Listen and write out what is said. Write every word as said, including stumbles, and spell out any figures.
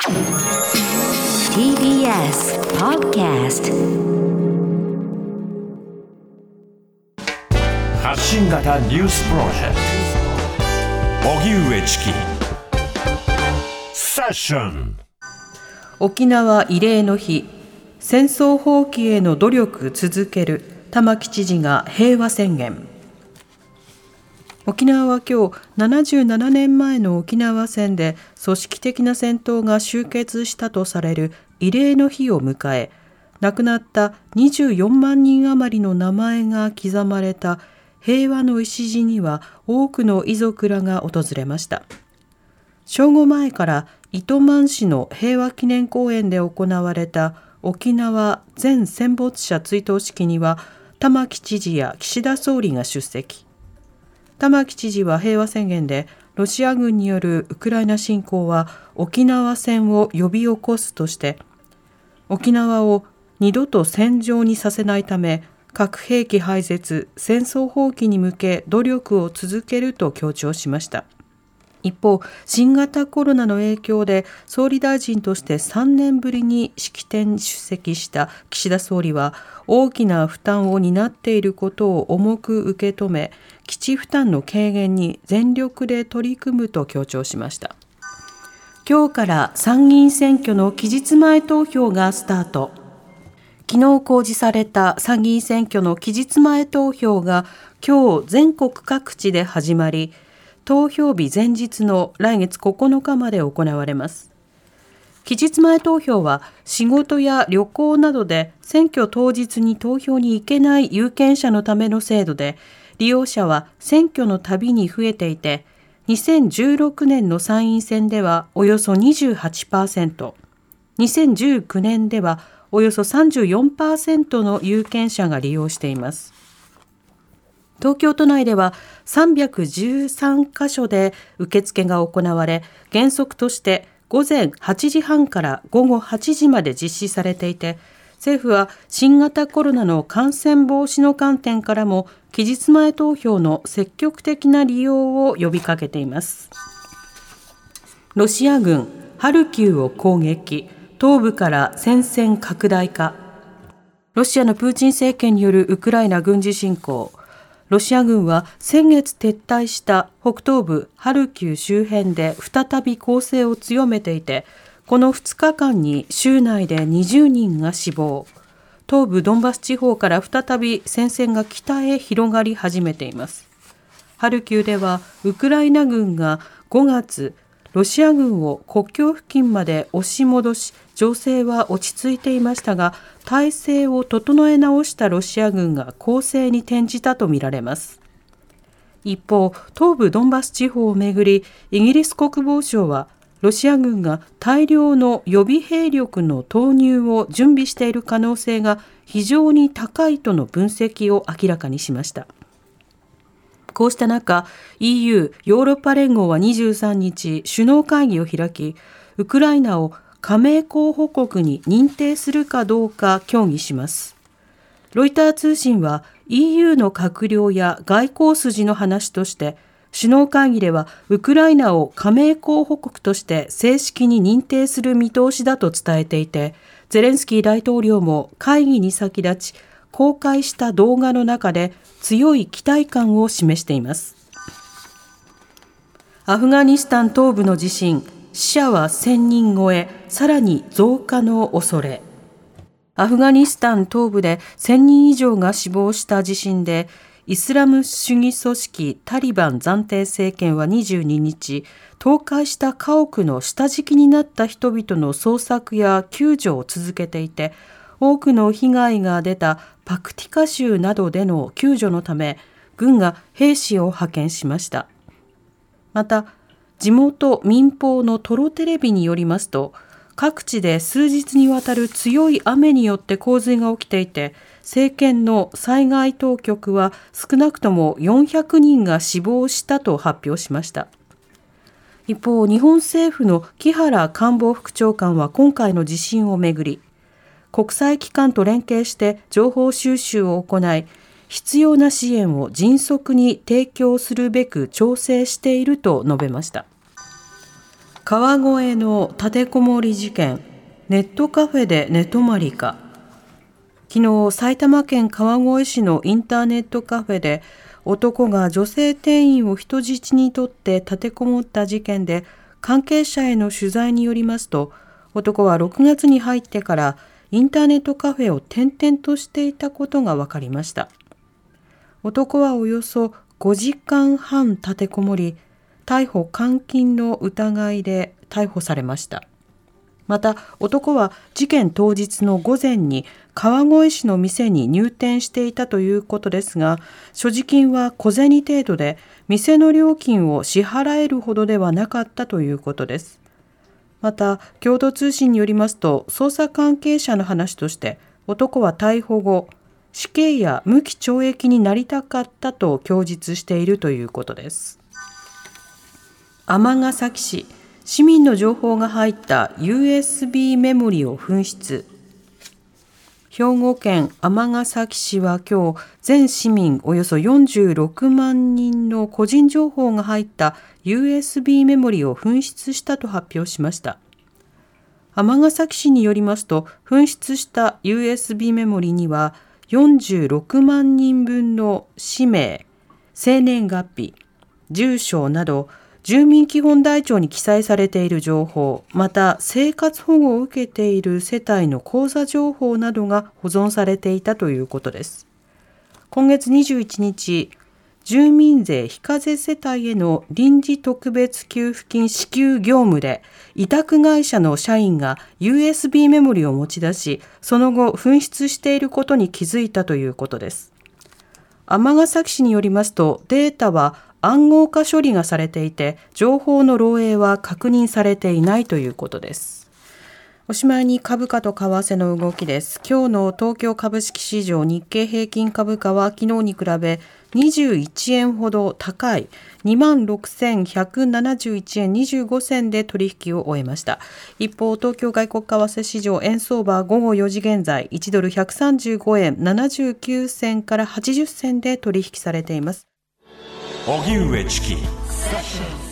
ティービーエス Podcast 発信型ニュースプロジェクト荻上チキセッション。 沖縄慰霊の日、戦争放棄への努力続ける玉城知事が平和宣言。沖縄は今日ななじゅうななねんまえの沖縄戦で組織的な戦闘が終結したとされる慰霊の日を迎え、亡くなったにじゅうよんまんにん余りの名前が刻まれた平和の礎には多くの遺族らが訪れました。正午前から糸満市の平和記念公園で行われた沖縄全戦没者追悼式には玉城知事や岸田総理が出席。玉城知事は平和宣言で、ロシア軍によるウクライナ侵攻は沖縄戦を呼び起こすとして、沖縄を二度と戦場にさせないため、核兵器廃絶、戦争放棄に向け努力を続けると強調しました。一方、新型コロナの影響で総理大臣としてさんねんぶりに式典に出席した岸田総理は、大きな負担を担っていることを重く受け止め、基地負担の軽減に全力で取り組むと強調しました。今日から参議院選挙の期日前投票がスタート。昨日公示された参議院選挙の期日前投票が今日全国各地で始まり、投票日前日の来月ここのかまで行われます。期日前投票は仕事や旅行などで選挙当日に投票に行けない有権者のための制度で、利用者は選挙のたびに増えていて、にせんじゅうろくねんの参院選ではおよそ にじゅうはちパーセント、にせんじゅうきゅうねんではおよそ さんじゅうよんパーセント の有権者が利用しています。東京都内ではさんびゃくじゅうさんかしょで受付が行われ、原則としてごぜんはちじはんからごごはちじまで実施されていて、政府は新型コロナの感染防止の観点からも期日前投票の積極的な利用を呼びかけています。ロシア軍ハルキウを攻撃、東部から戦線拡大か。ロシアのプーチン政権によるウクライナ軍事侵攻。ロシア軍は先月撤退した北東部ハルキウ周辺で再び攻勢を強めていて、このふつかかんに州内でにじゅうにんが死亡。東部ドンバス地方から再び戦線が北へ広がり始めています。ハルキウではウクライナ軍がごがつ、ロシア軍を国境付近まで押し戻し、情勢は落ち着いていましたが、態勢を整え直したロシア軍が攻勢に転じたとみられます。一方、東部ドンバス地方をめぐり、イギリス国防省はロシア軍が大量の予備兵力の投入を準備している可能性が非常に高いとの分析を明らかにしました。こうした中、イーユー ヨーロッパ連合はにじゅうさんにち首脳会議を開き、ウクライナを加盟候補国に認定するかどうか協議します。ロイター通信は イーユー の閣僚や外交筋の話として、首脳会議ではウクライナを加盟候補国として正式に認定する見通しだと伝えていて、ゼレンスキー大統領も会議に先立ち公開した動画の中で強い期待感を示しています。アフガニスタン東部の地震、死者はせんにん超え、さらに増加の恐れ。アフガニスタン東部でせんにん以上が死亡した地震で、イスラム主義組織タリバン暫定政権はにじゅうににち、倒壊した家屋の下敷きになった人々の捜索や救助を続けていて、多くの被害が出たパクティカ州などでの救助のため、軍が兵士を派遣しました。また、地元民放のトロテレビによりますと、各地で数日にわたる強い雨によって洪水が起きていて、政権の災害当局は少なくともよんひゃくにんが死亡したと発表しました。一方、日本政府の木原官房副長官は今回の地震をめぐり、国際機関と連携して情報収集を行い、必要な支援を迅速に提供するべく調整していると述べました。 川越の立てこもり事件、ネットカフェで寝泊まりか。昨日、埼玉県川越市のインターネットカフェで男が女性店員を人質にとって立てこもった事件で、関係者への取材によりますと、男はろくがつに入ってからインターネットカフェを転々としていたことが分かりました。男はおよそごじかんはん立てこもり、逮捕監禁の疑いで逮捕されました。また、男は事件当日の午前に川越市の店に入店していたということですが、所持金は小銭程度で、店の料金を支払えるほどではなかったということです。また、共同通信によりますと、捜査関係者の話として、男は逮捕後、死刑や無期懲役になりたかったと供述しているということです。尼崎市、市民の情報が入った ユーエスビー メモリを紛失。兵庫県尼崎市は今日、全市民およそよんじゅうろくまんにんの個人情報が入った ユーエスビー メモリを紛失したと発表しました。尼崎市によりますと、紛失した ユーエスビー メモリにはよんじゅうろくまんにんぶんの氏名、生年月日、住所など、住民基本台帳に記載されている情報、また生活保護を受けている世帯の口座情報などが保存されていたということです。今月にじゅういちにち、住民税非課税世帯への臨時特別給付金支給業務で、委託会社の社員が ユーエスビー メモリを持ち出し、その後紛失していることに気づいたということです。尼崎市によりますと、データは暗号化処理がされていて、情報の漏洩は確認されていないということです。おしまいに株価と為替の動きです。今日の東京株式市場、日経平均株価は昨日に比べにじゅういちえんほど高い にまんろくせんひゃくななじゅういちえんにじゅうごせんで取引を終えました。一方、東京外国為替市場、円相場午後よじ現在、いちドルひゃくさんじゅうごえんななじゅうきゅうせんからはちじゅっせんで取引されています。 荻上チキ